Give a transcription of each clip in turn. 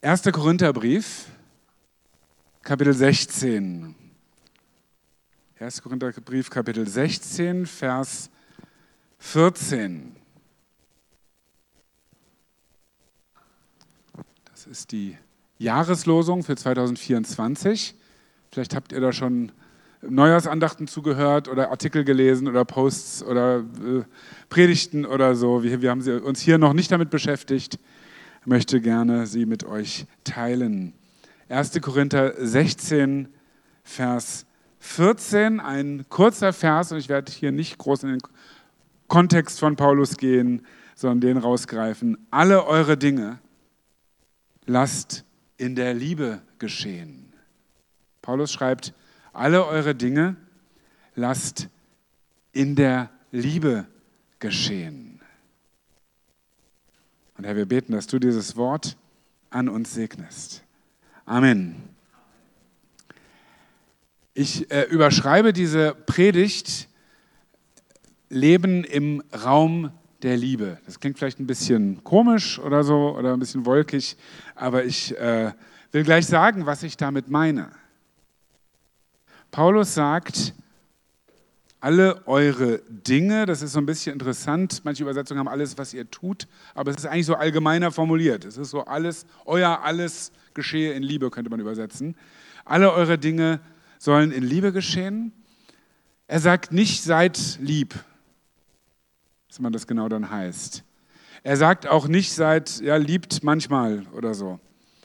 1. Korintherbrief, Kapitel 16. 1. Korintherbrief, Kapitel 16, Vers 14. Das ist die Jahreslosung für 2024. Vielleicht habt ihr da schon Neujahrsandachten zugehört oder Artikel gelesen oder Posts oder Predigten oder so. Wir haben uns hier noch nicht damit beschäftigt. Ich möchte gerne sie mit euch teilen. 1. Korinther 16, Vers 14, ein kurzer Vers, und ich werde hier nicht groß in den Kontext von Paulus gehen, sondern den rausgreifen. Alle eure Dinge lasst in der Liebe geschehen. Paulus schreibt, alle eure Dinge lasst in der Liebe geschehen. Und Herr, wir beten, dass du dieses Wort an uns segnest. Amen. Ich überschreibe diese Predigt Leben im Raum der Liebe. Das klingt vielleicht ein bisschen komisch oder so oder ein bisschen wolkig, aber ich will gleich sagen, was ich damit meine. Paulus sagt, alle eure Dinge, das ist so ein bisschen interessant, manche Übersetzungen haben alles, was ihr tut, aber es ist eigentlich so allgemeiner formuliert. Es ist so alles, euer alles geschehe in Liebe, könnte man übersetzen. Alle eure Dinge sollen in Liebe geschehen. Er sagt nicht, seid lieb, was man das genau dann heißt. Er sagt auch nicht, seid, ja, liebt manchmal oder so.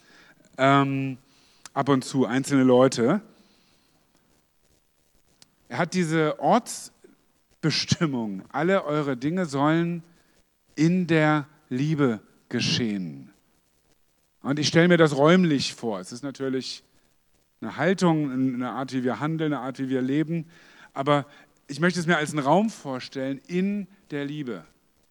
Ab und zu, einzelne Leute. Er hat diese Ortsbestimmung. Alle eure Dinge sollen in der Liebe geschehen. Und ich stelle mir das räumlich vor. Es ist natürlich eine Haltung, eine Art, wie wir handeln, eine Art, wie wir leben. Aber ich möchte es mir als einen Raum vorstellen, in der Liebe.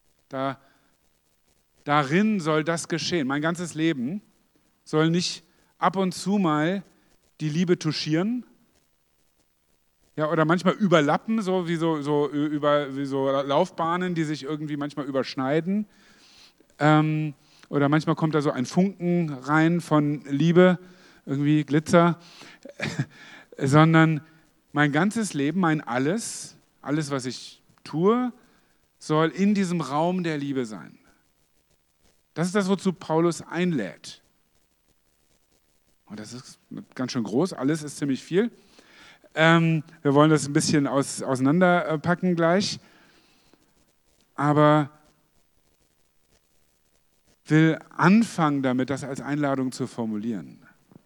Darin soll das geschehen. Mein ganzes Leben soll nicht ab und zu mal die Liebe touchieren, ja, oder manchmal überlappen, so wie so Laufbahnen, die sich irgendwie manchmal überschneiden. Oder manchmal kommt da so ein Funken rein von Liebe, irgendwie Glitzer. Sondern mein ganzes Leben, mein alles, was ich tue, soll in diesem Raum der Liebe sein. Das ist das, wozu Paulus einlädt. Und das ist ganz schön groß, alles ist ziemlich viel. Wir wollen das ein bisschen auseinanderpacken gleich, aber will anfangen damit, das als Einladung zu formulieren.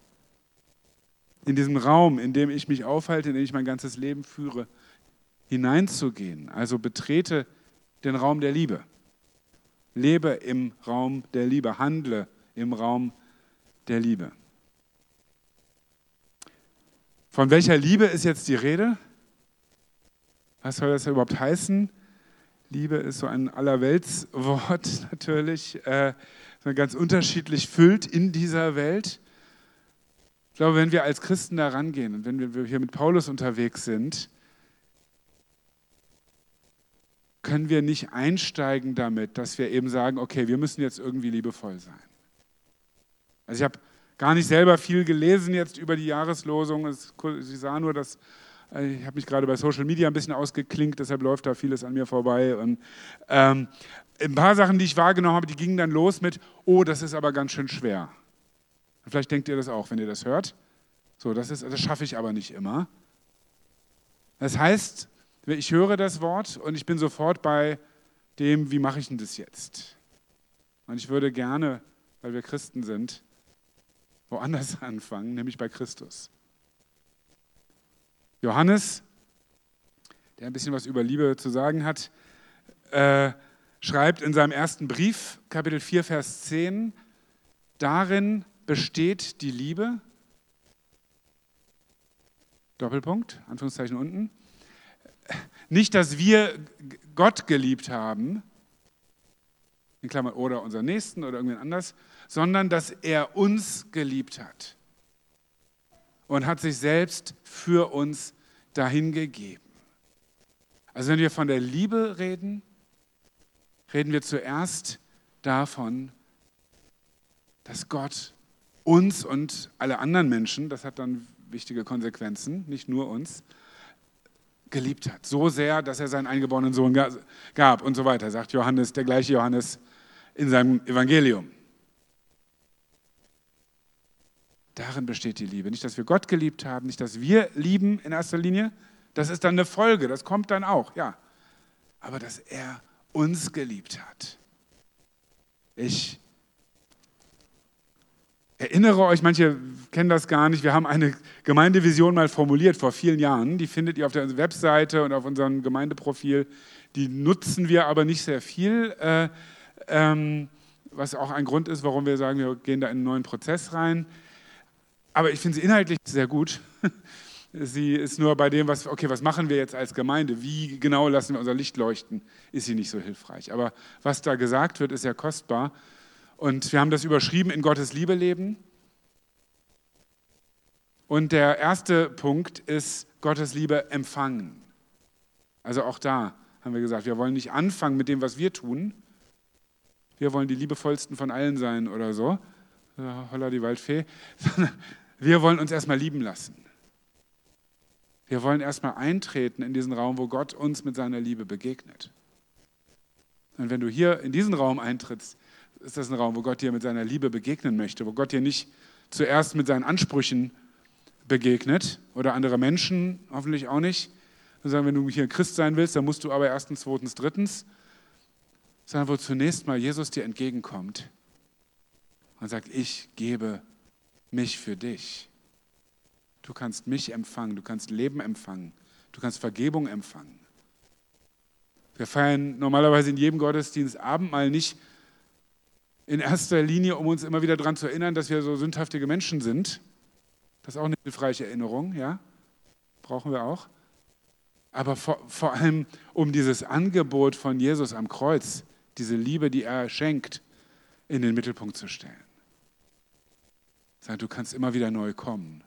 In diesem Raum, in dem ich mich aufhalte, in dem ich mein ganzes Leben führe, hineinzugehen. Also betrete den Raum der Liebe. Lebe im Raum der Liebe, handle im Raum der Liebe. Von welcher Liebe ist jetzt die Rede? Was soll das überhaupt heißen? Liebe ist so ein Allerweltswort natürlich, ganz unterschiedlich füllt in dieser Welt. Ich glaube, wenn wir als Christen da rangehen und wenn wir hier mit Paulus unterwegs sind, können wir nicht einsteigen damit, dass wir eben sagen, okay, wir müssen jetzt irgendwie liebevoll sein. Also ich habe gar nicht selber viel gelesen jetzt über die Jahreslosung. Ich sah nur, dass ich habe mich gerade bei Social Media ein bisschen ausgeklinkt, deshalb läuft da vieles an mir vorbei. Und ein paar Sachen, die ich wahrgenommen habe, die gingen dann los mit, oh, das ist aber ganz schön schwer. Und vielleicht denkt ihr das auch, wenn ihr das hört. So, das schaffe ich aber nicht immer. Das heißt, ich höre das Wort und ich bin sofort bei dem, wie mache ich denn das jetzt? Und ich würde gerne, weil wir Christen sind, woanders anfangen, nämlich bei Christus. Johannes, der ein bisschen was über Liebe zu sagen hat, schreibt in seinem ersten Brief, Kapitel 4, Vers 10, darin besteht die Liebe, Doppelpunkt, Anführungszeichen unten, nicht, dass wir Gott geliebt haben, in Klammern oder unseren Nächsten oder irgendwen anders, sondern dass er uns geliebt hat und hat sich selbst für uns dahingegeben. Also wenn wir von der Liebe reden, reden wir zuerst davon, dass Gott uns und alle anderen Menschen, das hat dann wichtige Konsequenzen, nicht nur uns, geliebt hat. So sehr, dass er seinen eingeborenen Sohn gab und so weiter, sagt Johannes, der gleiche Johannes in seinem Evangelium. Darin besteht die Liebe. Nicht, dass wir Gott geliebt haben, nicht, dass wir lieben in erster Linie. Das ist dann eine Folge, das kommt dann auch, ja. Aber dass er uns geliebt hat. Ich erinnere euch, manche kennen das gar nicht, wir haben eine Gemeindevision mal formuliert vor vielen Jahren. Die findet ihr auf der Webseite und auf unserem Gemeindeprofil. Die nutzen wir aber nicht sehr viel, was auch ein Grund ist, warum wir sagen, wir gehen da in einen neuen Prozess rein. Aber ich finde sie inhaltlich sehr gut. Sie ist nur bei dem, was machen wir jetzt als Gemeinde? Wie genau lassen wir unser Licht leuchten? Ist sie nicht so hilfreich. Aber was da gesagt wird, ist ja kostbar. Und wir haben das überschrieben, in Gottes Liebe leben. Und der erste Punkt ist, Gottes Liebe empfangen. Also auch da haben wir gesagt, wir wollen nicht anfangen mit dem, was wir tun. Wir wollen die liebevollsten von allen sein oder so. Holla die Waldfee. Sondern wir wollen uns erstmal lieben lassen. Wir wollen erstmal eintreten in diesen Raum, wo Gott uns mit seiner Liebe begegnet. Und wenn du hier in diesen Raum eintrittst, ist das ein Raum, wo Gott dir mit seiner Liebe begegnen möchte, wo Gott dir nicht zuerst mit seinen Ansprüchen begegnet oder andere Menschen, hoffentlich auch nicht. Sondern wenn du hier ein Christ sein willst, dann musst du aber erstens, zweitens, drittens, sondern wo zunächst mal Jesus dir entgegenkommt und sagt, ich gebe mich für dich. Du kannst mich empfangen, du kannst Leben empfangen, du kannst Vergebung empfangen. Wir feiern normalerweise in jedem Gottesdienst Abendmahl nicht in erster Linie, um uns immer wieder daran zu erinnern, dass wir so sündhaftige Menschen sind. Das ist auch eine hilfreiche Erinnerung, ja, brauchen wir auch. Aber vor allem um dieses Angebot von Jesus am Kreuz, diese Liebe, die er schenkt, in den Mittelpunkt zu stellen. Sagt, du kannst immer wieder neu kommen.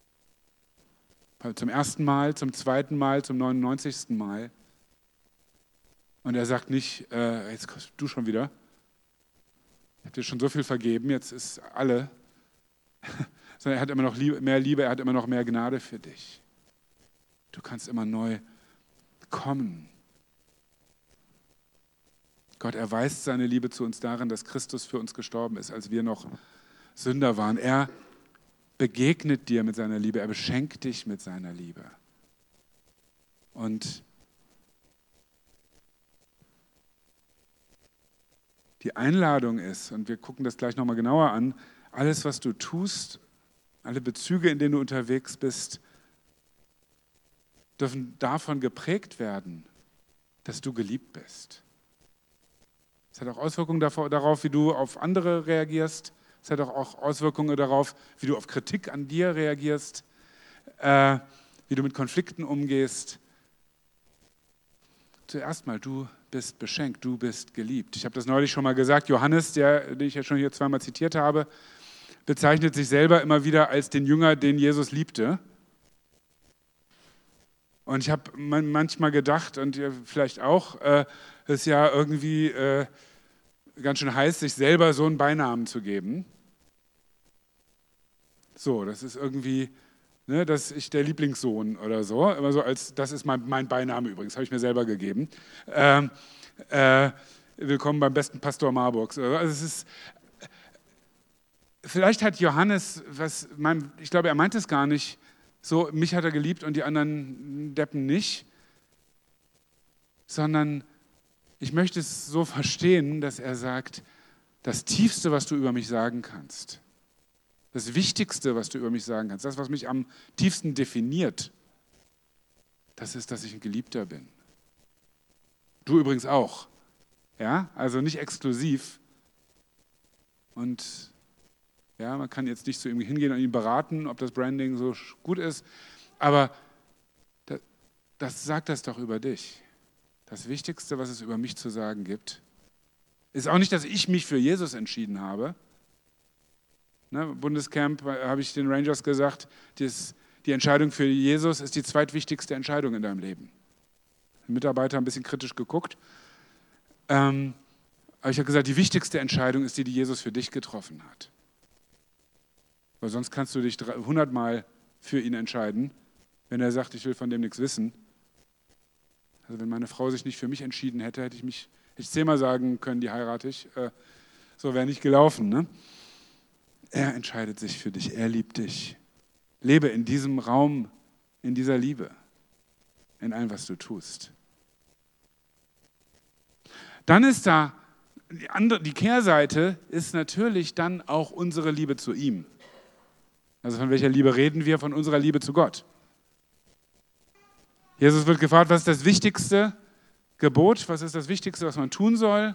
Zum ersten Mal, zum zweiten Mal, zum 99. Mal. Und er sagt nicht, jetzt kommst du schon wieder. Ich habe dir schon so viel vergeben, jetzt ist alle. Sondern er hat immer noch mehr Liebe, er hat immer noch mehr Gnade für dich. Du kannst immer neu kommen. Gott erweist seine Liebe zu uns darin, dass Christus für uns gestorben ist, als wir noch Sünder waren. Er begegnet dir mit seiner Liebe, er beschenkt dich mit seiner Liebe. Und die Einladung ist, und wir gucken das gleich nochmal genauer an, alles, was du tust, alle Bezüge, in denen du unterwegs bist, dürfen davon geprägt werden, dass du geliebt bist. Es hat auch Auswirkungen darauf, wie du auf andere reagierst. Es hat auch Auswirkungen darauf, wie du auf Kritik an dir reagierst, wie du mit Konflikten umgehst. Zuerst mal, du bist beschenkt, du bist geliebt. Ich habe das neulich schon mal gesagt, Johannes, den ich ja schon hier zweimal zitiert habe, bezeichnet sich selber immer wieder als den Jünger, den Jesus liebte. Und ich habe manchmal gedacht, und ihr vielleicht auch, es ist ja irgendwie ganz schön heiß, sich selber so einen Beinamen zu geben. So, das ist irgendwie, ne, dass ich der Lieblingssohn oder so, immer so als, das ist mein Beiname übrigens, habe ich mir selber gegeben. Willkommen beim besten Pastor Marburgs. Also es ist, vielleicht hat Johannes, ich glaube, er meint es gar nicht, so, mich hat er geliebt und die anderen Deppen nicht, sondern ich möchte es so verstehen, dass er sagt, das Tiefste, was du über mich sagen kannst, das Wichtigste, was du über mich sagen kannst, das, was mich am tiefsten definiert, das ist, dass ich ein Geliebter bin. Du übrigens auch. Ja, also nicht exklusiv. Und ja, man kann jetzt nicht zu ihm hingehen und ihn beraten, ob das Branding so gut ist, aber das sagt das doch über dich. Das Wichtigste, was es über mich zu sagen gibt, ist auch nicht, dass ich mich für Jesus entschieden habe. Ne, Bundescamp habe ich den Rangers gesagt, die Entscheidung für Jesus ist die zweitwichtigste Entscheidung in deinem Leben. Die Mitarbeiter haben ein bisschen kritisch geguckt. Aber ich habe gesagt, die wichtigste Entscheidung ist die, die Jesus für dich getroffen hat. Weil sonst kannst du dich 100 Mal für ihn entscheiden, wenn er sagt, ich will von dem nichts wissen. Also wenn meine Frau sich nicht für mich entschieden hätte, hätte ich 10-mal sagen können, die heirate ich. So wäre nicht gelaufen. Ne? Er entscheidet sich für dich, er liebt dich. Lebe in diesem Raum, in dieser Liebe, in allem, was du tust. Dann ist da, die Kehrseite ist natürlich dann auch unsere Liebe zu ihm. Also von welcher Liebe reden wir? Von unserer Liebe zu Gott. Jesus wird gefragt, was ist das wichtigste Gebot? Was ist das Wichtigste, was man tun soll?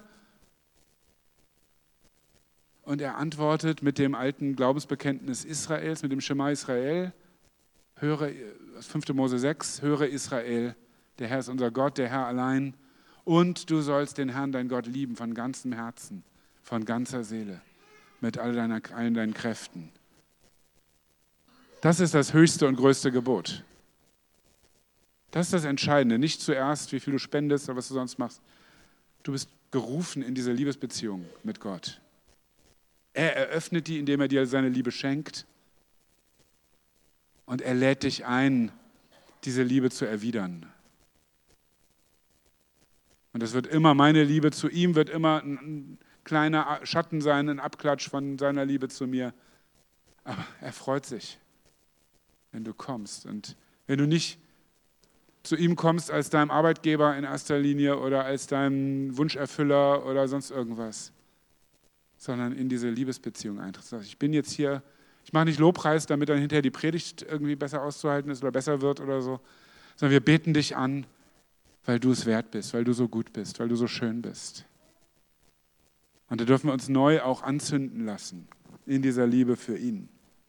Und er antwortet mit dem alten Glaubensbekenntnis Israels, mit dem Schema Israel. Höre, 5. Mose 6, höre Israel, der Herr ist unser Gott, der Herr allein. Und du sollst den Herrn, dein Gott, lieben von ganzem Herzen, von ganzer Seele, mit allen deinen Kräften. Das ist das höchste und größte Gebot. Das ist das Entscheidende. Nicht zuerst, wie viel du spendest oder was du sonst machst. Du bist gerufen in diese Liebesbeziehung mit Gott. Er eröffnet die, indem er dir seine Liebe schenkt. Und er lädt dich ein, diese Liebe zu erwidern. Und das wird immer, meine Liebe zu ihm wird immer ein kleiner Schatten sein, ein Abklatsch von seiner Liebe zu mir. Aber er freut sich, wenn du kommst. Und wenn du nicht zu ihm kommst als deinem Arbeitgeber in erster Linie oder als deinem Wunscherfüller oder sonst irgendwas, sondern in diese Liebesbeziehung eintrittst. Ich bin jetzt hier, ich mache nicht Lobpreis, damit dann hinterher die Predigt irgendwie besser auszuhalten ist oder besser wird oder so, sondern wir beten dich an, weil du es wert bist, weil du so gut bist, weil du so schön bist. Und da dürfen wir uns neu auch anzünden lassen in dieser Liebe für ihn.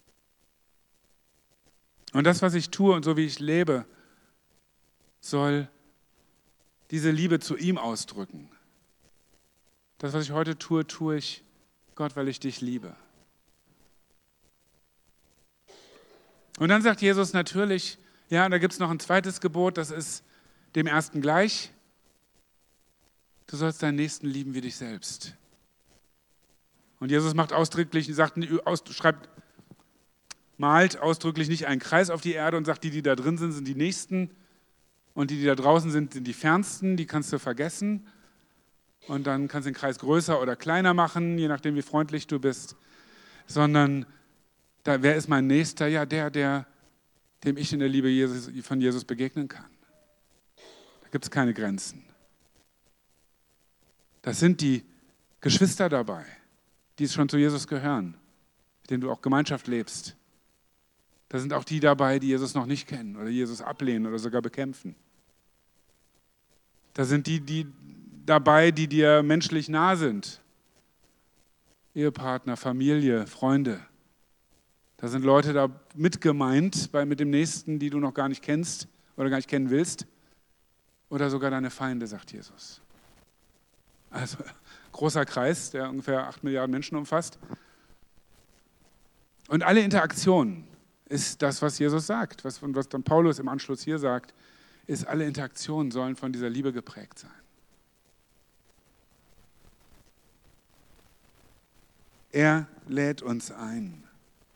Und das, was ich tue und so wie ich lebe, soll diese Liebe zu ihm ausdrücken. Das, was ich heute tue, tue ich, Gott, weil ich dich liebe. Und dann sagt Jesus natürlich, ja, da gibt es noch ein zweites Gebot, das ist dem ersten gleich. Du sollst deinen Nächsten lieben wie dich selbst. Und Jesus macht ausdrücklich, malt ausdrücklich nicht einen Kreis auf die Erde und sagt, die da drin sind die Nächsten und die da draußen sind die Fernsten, die kannst du vergessen. Und dann kannst du den Kreis größer oder kleiner machen, je nachdem, wie freundlich du bist. Sondern, wer ist mein Nächster? Ja, dem ich in der Liebe von Jesus begegnen kann. Da gibt es keine Grenzen. Das sind die Geschwister dabei, die schon zu Jesus gehören, mit denen du auch Gemeinschaft lebst. Da sind auch die dabei, die Jesus noch nicht kennen oder Jesus ablehnen oder sogar bekämpfen. Da sind die dabei, die dir menschlich nah sind. Ehepartner, Familie, Freunde. Da sind Leute da mit gemeint, mit dem Nächsten, die du noch gar nicht kennst oder gar nicht kennen willst. Oder sogar deine Feinde, sagt Jesus. Also großer Kreis, der ungefähr 8 Milliarden Menschen umfasst. Und alle Interaktionen ist das, was Jesus sagt. Was dann Paulus im Anschluss hier sagt, ist, alle Interaktionen sollen von dieser Liebe geprägt sein. Er lädt uns ein.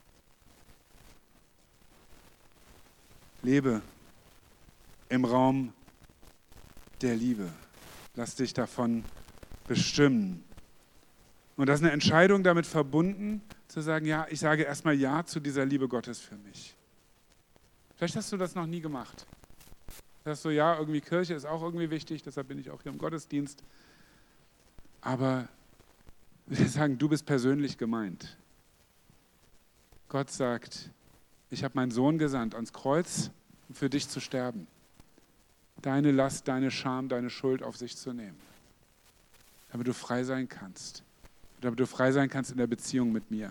Lebe im Raum der Liebe. Lass dich davon bestimmen. Und das ist eine Entscheidung damit verbunden, zu sagen, ja, ich sage erstmal Ja zu dieser Liebe Gottes für mich. Vielleicht hast du das noch nie gemacht. Sagst du, ja, irgendwie Kirche ist auch irgendwie wichtig, deshalb bin ich auch hier im Gottesdienst. Aber wir sagen, du bist persönlich gemeint. Gott sagt, ich habe meinen Sohn gesandt ans Kreuz, um für dich zu sterben. Deine Last, deine Scham, deine Schuld auf sich zu nehmen. Damit du frei sein kannst. Damit du frei sein kannst in der Beziehung mit mir.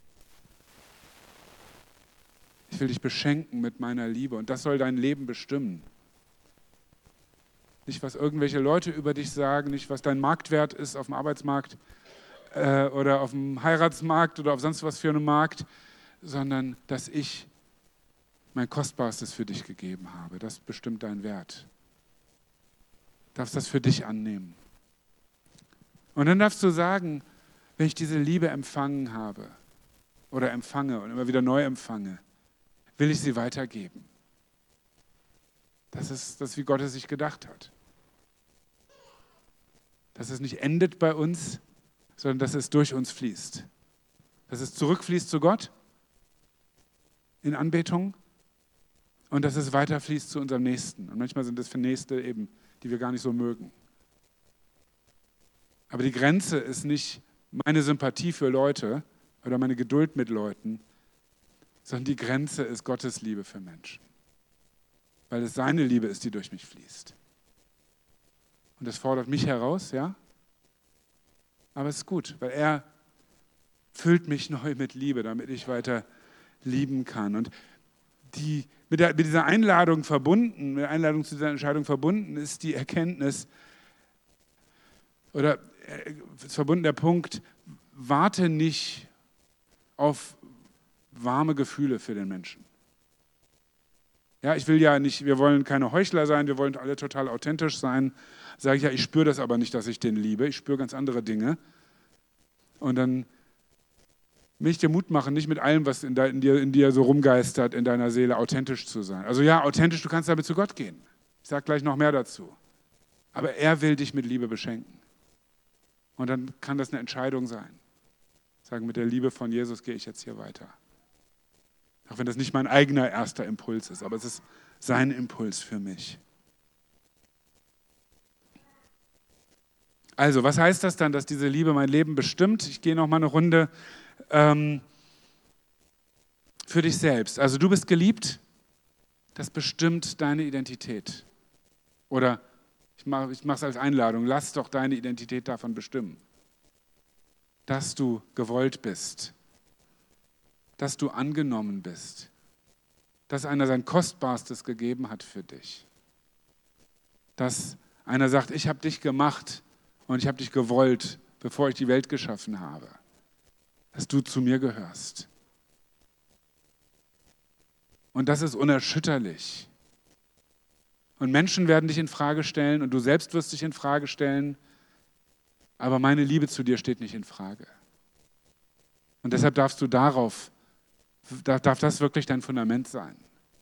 Ich will dich beschenken mit meiner Liebe und das soll dein Leben bestimmen. Nicht, was irgendwelche Leute über dich sagen, nicht, was dein Marktwert ist auf dem Arbeitsmarkt oder auf dem Heiratsmarkt oder auf sonst was für einen Markt, sondern dass ich mein Kostbarstes für dich gegeben habe. Das bestimmt deinen Wert. Du darfst das für dich annehmen. Und dann darfst du sagen, wenn ich diese Liebe empfangen habe, oder empfange und immer wieder neu empfange, will ich sie weitergeben. Das ist, wie Gott es sich gedacht hat. Dass es nicht endet bei uns, sondern dass es durch uns fließt. Dass es zurückfließt zu Gott in Anbetung und dass es weiterfließt zu unserem Nächsten. Und manchmal sind es für Nächste eben, die wir gar nicht so mögen. Aber die Grenze ist nicht meine Sympathie für Leute oder meine Geduld mit Leuten, sondern die Grenze ist Gottes Liebe für Menschen. Weil es seine Liebe ist, die durch mich fließt. Und das fordert mich heraus, ja? Aber es ist gut, weil er füllt mich neu mit Liebe, damit ich weiter lieben kann. Und mit dieser Einladung verbunden, mit der Einladung zu dieser Entscheidung verbunden, ist die Erkenntnis, oder ist verbunden der Punkt, warte nicht auf warme Gefühle für den Menschen. Ja, ich will ja nicht, wir wollen keine Heuchler sein, wir wollen alle total authentisch sein. Sage ich ja, ich spüre das aber nicht, dass ich den liebe, ich spüre ganz andere Dinge. Und dann will ich dir Mut machen, nicht mit allem, was in dir so rumgeistert, in deiner Seele authentisch zu sein. Also ja, authentisch, du kannst damit zu Gott gehen. Ich sage gleich noch mehr dazu. Aber er will dich mit Liebe beschenken. Und dann kann das eine Entscheidung sein. Sagen, mit der Liebe von Jesus gehe ich jetzt hier weiter. Auch wenn das nicht mein eigener erster Impuls ist, aber es ist sein Impuls für mich. Also, was heißt das dann, dass diese Liebe mein Leben bestimmt? Ich gehe noch mal eine Runde für dich selbst. Also, du bist geliebt, das bestimmt deine Identität. Oder ich mache es als Einladung, lass doch deine Identität davon bestimmen. Dass du gewollt bist, dass du angenommen bist, dass einer sein Kostbarstes gegeben hat für dich. Dass einer sagt, ich habe dich gemacht und ich habe dich gewollt, bevor ich die Welt geschaffen habe. Dass du zu mir gehörst. Und das ist unerschütterlich. Und Menschen werden dich in Frage stellen und du selbst wirst dich in Frage stellen, aber meine Liebe zu dir steht nicht in Frage. Und deshalb darf das wirklich dein Fundament sein.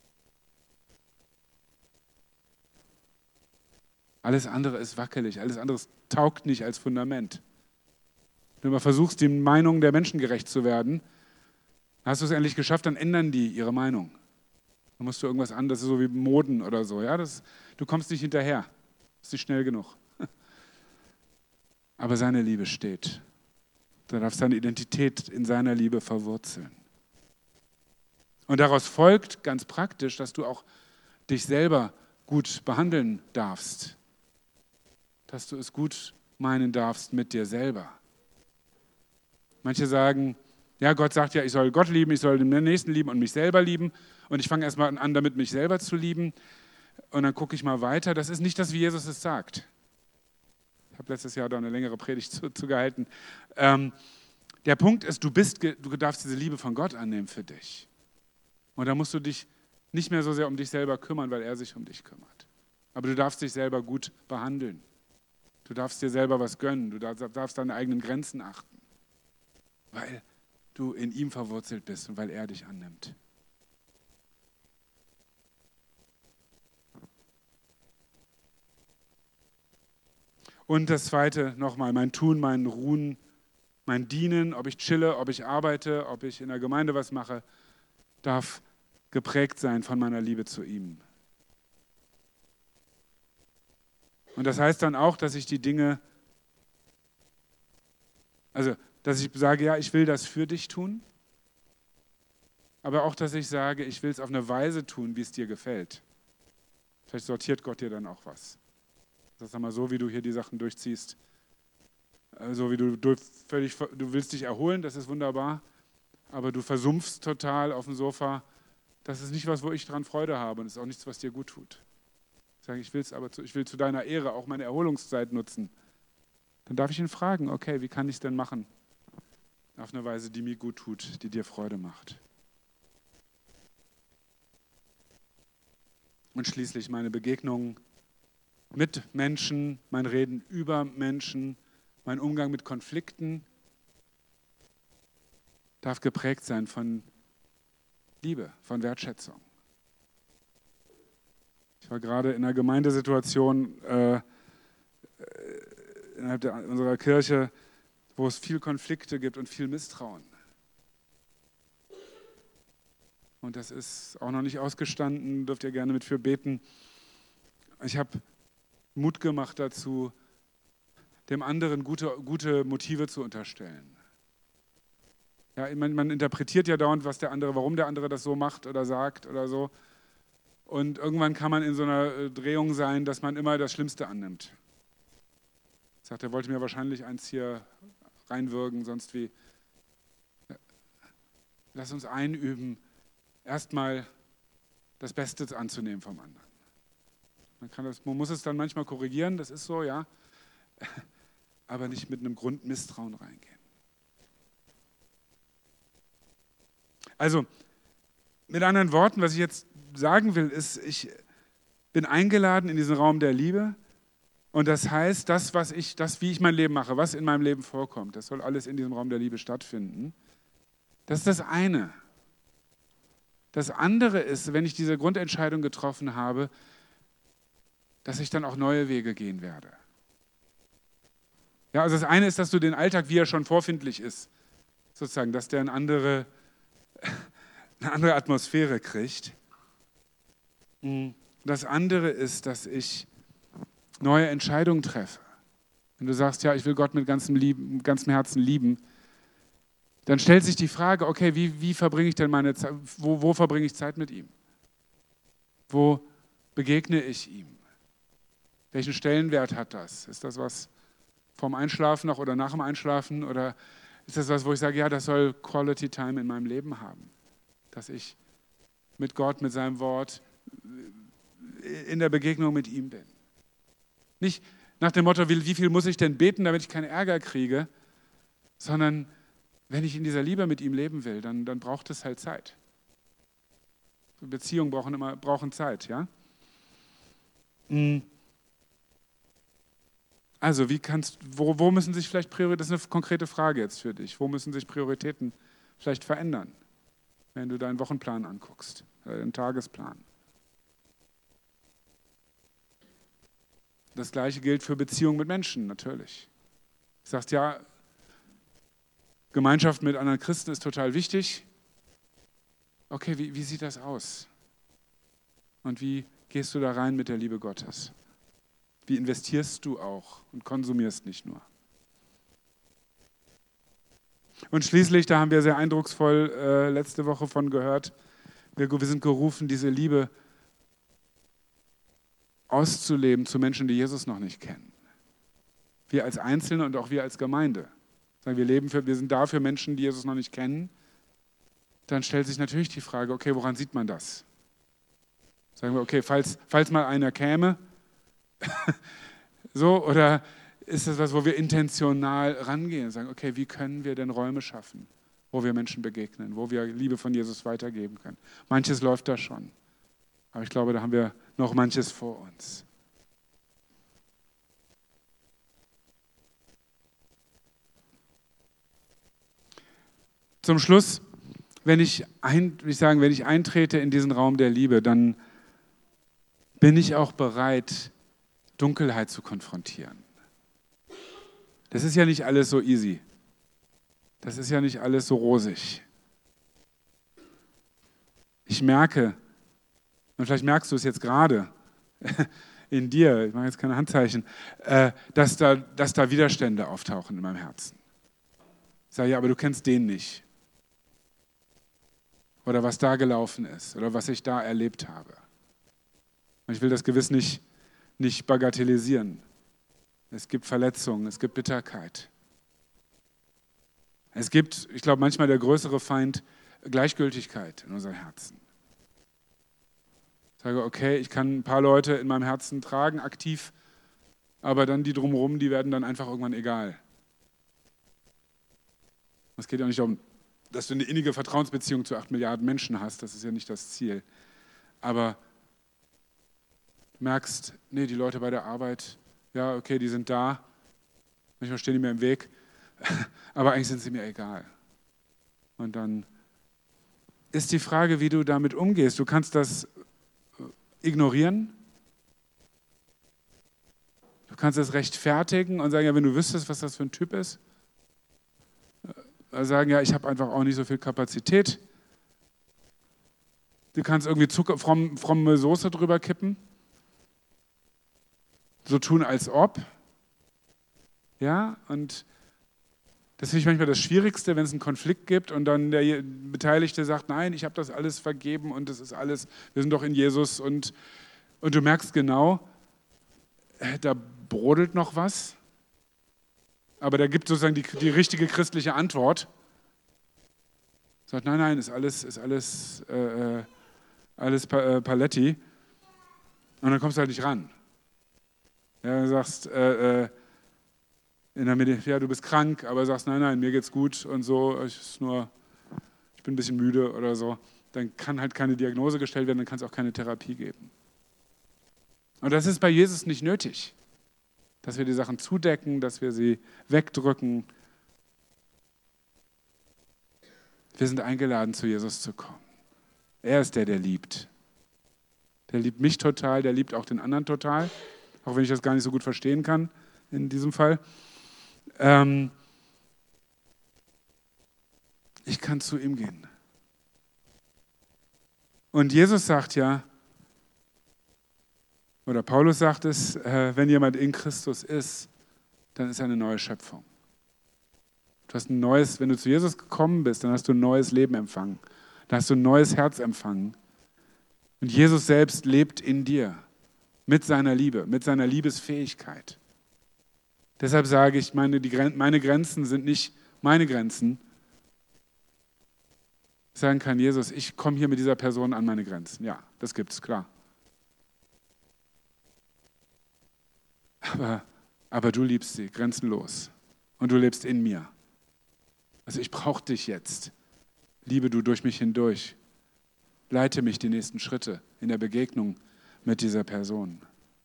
Alles andere ist wackelig, alles andere taugt nicht als Fundament. Wenn du mal versuchst, den Meinungen der Menschen gerecht zu werden, hast du es endlich geschafft, dann ändern die ihre Meinung. Dann musst du irgendwas anderes, so wie Moden oder so. Ja, du kommst nicht hinterher, ist nicht schnell genug. Aber seine Liebe steht. Du darfst deine Identität in seiner Liebe verwurzeln. Und daraus folgt ganz praktisch, dass du auch dich selber gut behandeln darfst. Dass du es gut meinen darfst mit dir selber. Manche sagen, ja, Gott sagt ja, ich soll Gott lieben, ich soll den Nächsten lieben und mich selber lieben. Und ich fange erstmal an, damit mich selber zu lieben. Und dann gucke ich mal weiter. Das ist nicht das, wie Jesus es sagt. Ich habe letztes Jahr da eine längere Predigt zu gehalten. Der Punkt ist, du darfst diese Liebe von Gott annehmen für dich. Und da musst du dich nicht mehr so sehr um dich selber kümmern, weil er sich um dich kümmert. Aber du darfst dich selber gut behandeln. Du darfst dir selber was gönnen. Du darfst deine eigenen Grenzen achten. Weil du in ihm verwurzelt bist und weil er dich annimmt. Und das Zweite nochmal, mein Tun, mein Ruhen, mein Dienen, ob ich chille, ob ich arbeite, ob ich in der Gemeinde was mache, darf geprägt sein von meiner Liebe zu ihm. Und das heißt dann auch, dass ich die Dinge, also dass ich sage, ja, ich will das für dich tun, aber auch, dass ich sage, ich will es auf eine Weise tun, wie es dir gefällt. Vielleicht sortiert Gott dir dann auch was. Das ist mal so, wie du hier die Sachen durchziehst. So wie du willst dich erholen, das ist wunderbar, aber du versumpfst total auf dem Sofa. Das ist nicht was, wo ich dran Freude habe und es ist auch nichts, was dir gut tut. Ich will zu deiner Ehre auch meine Erholungszeit nutzen. Dann darf ich ihn fragen, okay, wie kann ich es denn machen? Auf eine Weise, die mir gut tut, die dir Freude macht. Und schließlich meine Begegnungen mit Menschen, mein Reden über Menschen, mein Umgang mit Konflikten darf geprägt sein von Liebe, von Wertschätzung. Ich war gerade in einer Gemeindesituation innerhalb unserer Kirche, wo es viel Konflikte gibt und viel Misstrauen. Und das ist auch noch nicht ausgestanden, dürft ihr gerne mit für beten. Ich habe Mut gemacht dazu, dem anderen gute Motive zu unterstellen. Ja, man interpretiert ja dauernd, warum der andere das so macht oder sagt oder so. Und irgendwann kann man in so einer Drehung sein, dass man immer das Schlimmste annimmt. Sagt, er wollte mir wahrscheinlich eins hier reinwürgen, sonst wie. Lass uns einüben, erstmal das Beste anzunehmen vom anderen. Man muss es dann manchmal korrigieren, das ist so, ja, aber nicht mit einem Grundmisstrauen reingehen. Also, mit anderen Worten, was ich jetzt sagen will, ist, ich bin eingeladen in diesen Raum der Liebe und das heißt, wie ich mein Leben mache, was in meinem Leben vorkommt, das soll alles in diesem Raum der Liebe stattfinden. Das ist das eine. Das andere ist, wenn ich diese Grundentscheidung getroffen habe, dass ich dann auch neue Wege gehen werde. Ja, also das eine ist, dass du den Alltag, wie er schon vorfindlich ist, sozusagen, dass der eine andere Atmosphäre kriegt. Das andere ist, dass ich neue Entscheidungen treffe. Wenn du sagst, ja, ich will Gott mit ganzem Herzen lieben, dann stellt sich die Frage, okay, wie verbringe ich denn meine Zeit, wo verbringe ich Zeit mit ihm? Wo begegne ich ihm? Welchen Stellenwert hat das? Ist das was vorm Einschlafen noch oder nach dem Einschlafen? Oder ist das was, wo ich sage, ja, das soll Quality Time in meinem Leben haben? Dass ich mit Gott, mit seinem Wort in der Begegnung mit ihm bin. Nicht nach dem Motto, wie viel muss ich denn beten, damit ich keinen Ärger kriege, sondern wenn ich in dieser Liebe mit ihm leben will, dann braucht es halt Zeit. Beziehungen brauchen Zeit, ja? Also, wo müssen sich vielleicht Prioritäten, das ist eine konkrete Frage jetzt für dich, wo müssen sich Prioritäten vielleicht verändern, wenn du deinen Wochenplan anguckst, deinen Tagesplan? Das Gleiche gilt für Beziehungen mit Menschen, natürlich. Du sagst, ja, Gemeinschaft mit anderen Christen ist total wichtig. Okay, wie sieht das aus? Und wie gehst du da rein mit der Liebe Gottes? Wie investierst du auch und konsumierst nicht nur? Und schließlich, da haben wir sehr eindrucksvoll letzte Woche von gehört, wir sind gerufen, diese Liebe auszuleben zu Menschen, die Jesus noch nicht kennen. Wir als Einzelne und auch wir als Gemeinde. Wir sind da für Menschen, die Jesus noch nicht kennen. Dann stellt sich natürlich die Frage, okay, woran sieht man das? Sagen wir, okay, falls mal einer käme, so, oder ist das was, wo wir intentional rangehen und sagen, okay, wie können wir denn Räume schaffen, wo wir Menschen begegnen, wo wir Liebe von Jesus weitergeben können? Manches läuft da schon, aber ich glaube, da haben wir noch manches vor uns. Zum Schluss, wenn ich eintrete in diesen Raum der Liebe, dann bin ich auch bereit, Dunkelheit zu konfrontieren. Das ist ja nicht alles so easy. Das ist ja nicht alles so rosig. Ich merke, und vielleicht merkst du es jetzt gerade in dir, ich mache jetzt keine Handzeichen, dass da Widerstände auftauchen in meinem Herzen. Ich sage, ja, aber du kennst den nicht. Oder was da gelaufen ist oder was ich da erlebt habe. Und ich will das gewiss nicht bagatellisieren. Es gibt Verletzungen, es gibt Bitterkeit. Es gibt, ich glaube, manchmal der größere Feind, Gleichgültigkeit in unseren Herzen. Ich sage, okay, ich kann ein paar Leute in meinem Herzen tragen, aktiv, aber dann die drumherum, die werden dann einfach irgendwann egal. Es geht ja nicht darum, dass du eine innige Vertrauensbeziehung zu 8 Milliarden Menschen hast, das ist ja nicht das Ziel. Aber du merkst, nee, die Leute bei der Arbeit, ja, okay, die sind da, manchmal stehen die mir im Weg, aber eigentlich sind sie mir egal. Und dann ist die Frage, wie du damit umgehst. Du kannst das ignorieren. Du kannst es rechtfertigen und sagen, ja, wenn du wüsstest, was das für ein Typ ist. Sagen, ja, ich habe einfach auch nicht so viel Kapazität. Du kannst irgendwie fromme Soße drüber kippen. So tun, als ob. Ja, und das finde ich manchmal das Schwierigste, wenn es einen Konflikt gibt und dann der Beteiligte sagt, nein, ich habe das alles vergeben und das ist alles, wir sind doch in Jesus und du merkst genau, da brodelt noch was, aber der gibt sozusagen die richtige christliche Antwort. Sagt, nein, ist alles Paletti. Und dann kommst du halt nicht ran. Ja, du sagst, in der Mitte, ja, du bist krank, aber sagst, nein, mir geht's gut und so, ich bin ein bisschen müde oder so, dann kann halt keine Diagnose gestellt werden, dann kann es auch keine Therapie geben. Und das ist bei Jesus nicht nötig, dass wir die Sachen zudecken, dass wir sie wegdrücken. Wir sind eingeladen, zu Jesus zu kommen. Er ist der liebt. Der liebt mich total, der liebt auch den anderen total, auch wenn ich das gar nicht so gut verstehen kann in diesem Fall. Ich kann zu ihm gehen. Und Jesus sagt ja, oder Paulus sagt es, wenn jemand in Christus ist, dann ist er eine neue Schöpfung. Du hast ein neues, wenn du zu Jesus gekommen bist, dann hast du ein neues Leben empfangen. Dann hast du ein neues Herz empfangen. Und Jesus selbst lebt in dir mit seiner Liebe, mit seiner Liebesfähigkeit. Deshalb sage ich, meine Grenzen sind nicht meine Grenzen. Ich sagen kann, Jesus, ich komme hier mit dieser Person an meine Grenzen. Ja, das gibt's, klar. Aber du liebst sie grenzenlos und du lebst in mir. Also ich brauche dich jetzt. Liebe du durch mich hindurch. Leite mich die nächsten Schritte in der Begegnung mit dieser Person.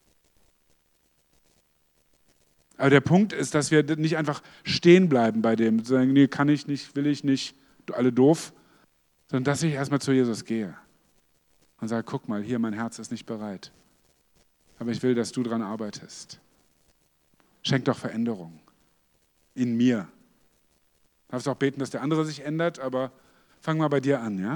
Aber der Punkt ist, dass wir nicht einfach stehen bleiben bei dem, sagen, nee, kann ich nicht, will ich nicht, alle doof, sondern dass ich erstmal zu Jesus gehe und sage, guck mal, hier, mein Herz ist nicht bereit. Aber ich will, dass du dran arbeitest. Schenk doch Veränderung in mir. Du darfst auch beten, dass der andere sich ändert, aber fang mal bei dir an, ja?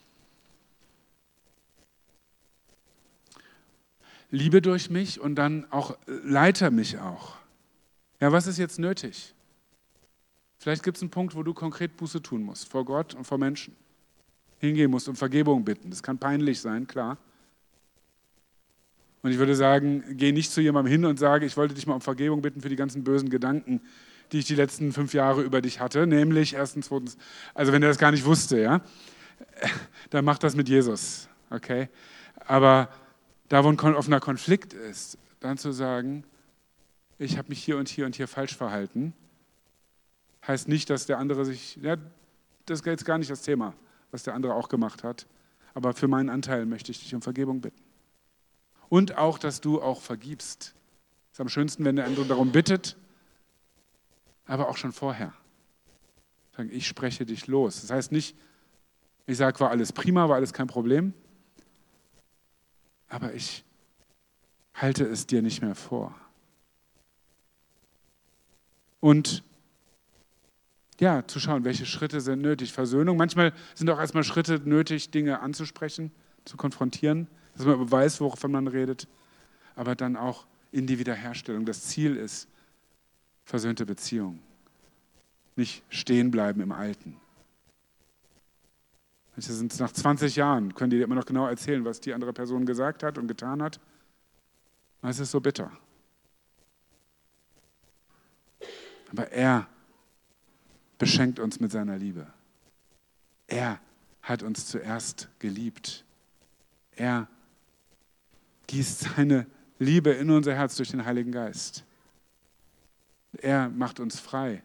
Liebe durch mich und dann auch leite mich auch. Ja, was ist jetzt nötig? Vielleicht gibt es einen Punkt, wo du konkret Buße tun musst, vor Gott und vor Menschen. Hingehen musst und Vergebung bitten. Das kann peinlich sein, klar. Und ich würde sagen, geh nicht zu jemandem hin und sage, ich wollte dich mal um Vergebung bitten für die ganzen bösen Gedanken, die ich die letzten 5 Jahre über dich hatte, nämlich erstens, zweitens, also wenn er das gar nicht wusste, ja, dann mach das mit Jesus, okay? Aber da, wo ein offener Konflikt ist, dann zu sagen, ich habe mich hier und hier und hier falsch verhalten, heißt nicht, dass der andere sich, ja, das ist jetzt gar nicht das Thema, was der andere auch gemacht hat, aber für meinen Anteil möchte ich dich um Vergebung bitten. Und auch, dass du auch vergibst. Das ist am schönsten, wenn der andere darum bittet, aber auch schon vorher. Sagen, ich spreche dich los. Das heißt nicht, ich sage, war alles prima, war alles kein Problem, aber ich halte es dir nicht mehr vor. Und ja, zu schauen, welche Schritte sind nötig. Versöhnung. Manchmal sind auch erstmal Schritte nötig, Dinge anzusprechen, zu konfrontieren, dass man weiß, wovon man redet, aber dann auch in die Wiederherstellung. Das Ziel ist versöhnte Beziehung. Nicht stehen bleiben im Alten. Manche sind nach 20 Jahren, können die dir immer noch genau erzählen, was die andere Person gesagt hat und getan hat. Und es ist so bitter. Aber er beschenkt uns mit seiner Liebe. Er hat uns zuerst geliebt. Er gießt seine Liebe in unser Herz durch den Heiligen Geist. Er macht uns frei,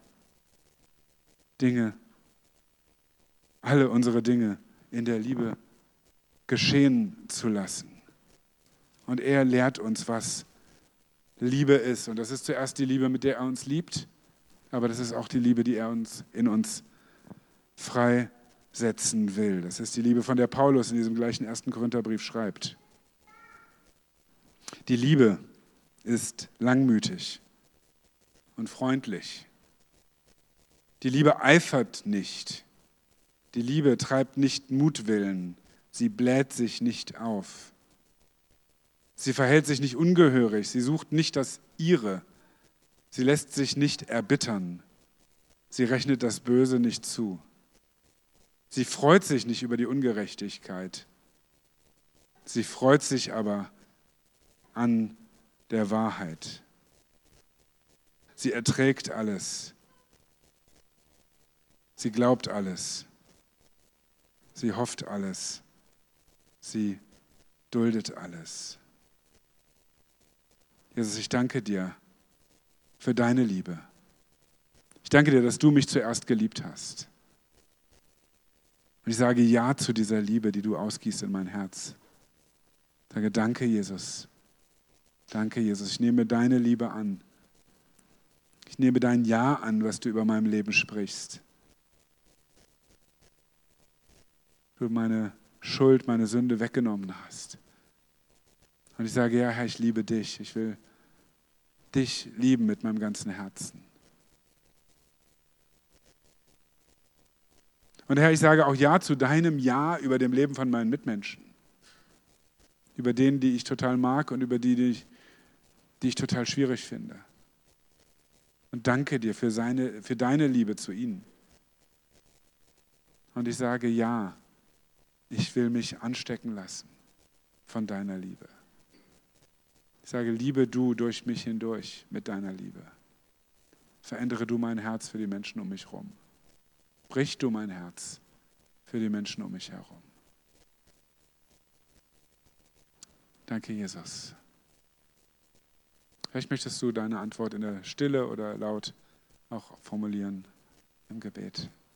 alle unsere Dinge in der Liebe geschehen zu lassen. Und er lehrt uns, was Liebe ist. Und das ist zuerst die Liebe, mit der er uns liebt, aber das ist auch die Liebe, die er in uns frei setzen will. Das ist die Liebe, von der Paulus in diesem gleichen 1. Korintherbrief schreibt. Die Liebe ist langmütig und freundlich. Die Liebe eifert nicht. Die Liebe treibt nicht Mutwillen. Sie bläht sich nicht auf. Sie verhält sich nicht ungehörig. Sie sucht nicht das Ihre. Sie lässt sich nicht erbittern. Sie rechnet das Böse nicht zu. Sie freut sich nicht über die Ungerechtigkeit. Sie freut sich aber an der Wahrheit. Sie erträgt alles. Sie glaubt alles. Sie hofft alles. Sie duldet alles. Jesus, ich danke dir für deine Liebe. Ich danke dir, dass du mich zuerst geliebt hast. Und ich sage Ja zu dieser Liebe, die du ausgießt in mein Herz. Ich sage danke, Jesus. Danke, Jesus. Ich nehme deine Liebe an. Ich nehme dein Ja an, was du über meinem Leben sprichst. Du meine Schuld, meine Sünde weggenommen hast. Und ich sage, ja, Herr, ich liebe dich. Ich will dich lieben mit meinem ganzen Herzen. Und Herr, ich sage auch Ja zu deinem Ja über dem Leben von meinen Mitmenschen. Über denen, die ich total mag und über die ich total schwierig finde. Und danke dir für deine Liebe zu ihnen. Und ich sage Ja, ich will mich anstecken lassen von deiner Liebe. Ich sage, liebe du durch mich hindurch mit deiner Liebe. Verändere du mein Herz für die Menschen um mich herum. Brich du mein Herz für die Menschen um mich herum. Danke, Jesus. Vielleicht möchtest du deine Antwort in der Stille oder laut auch formulieren im Gebet.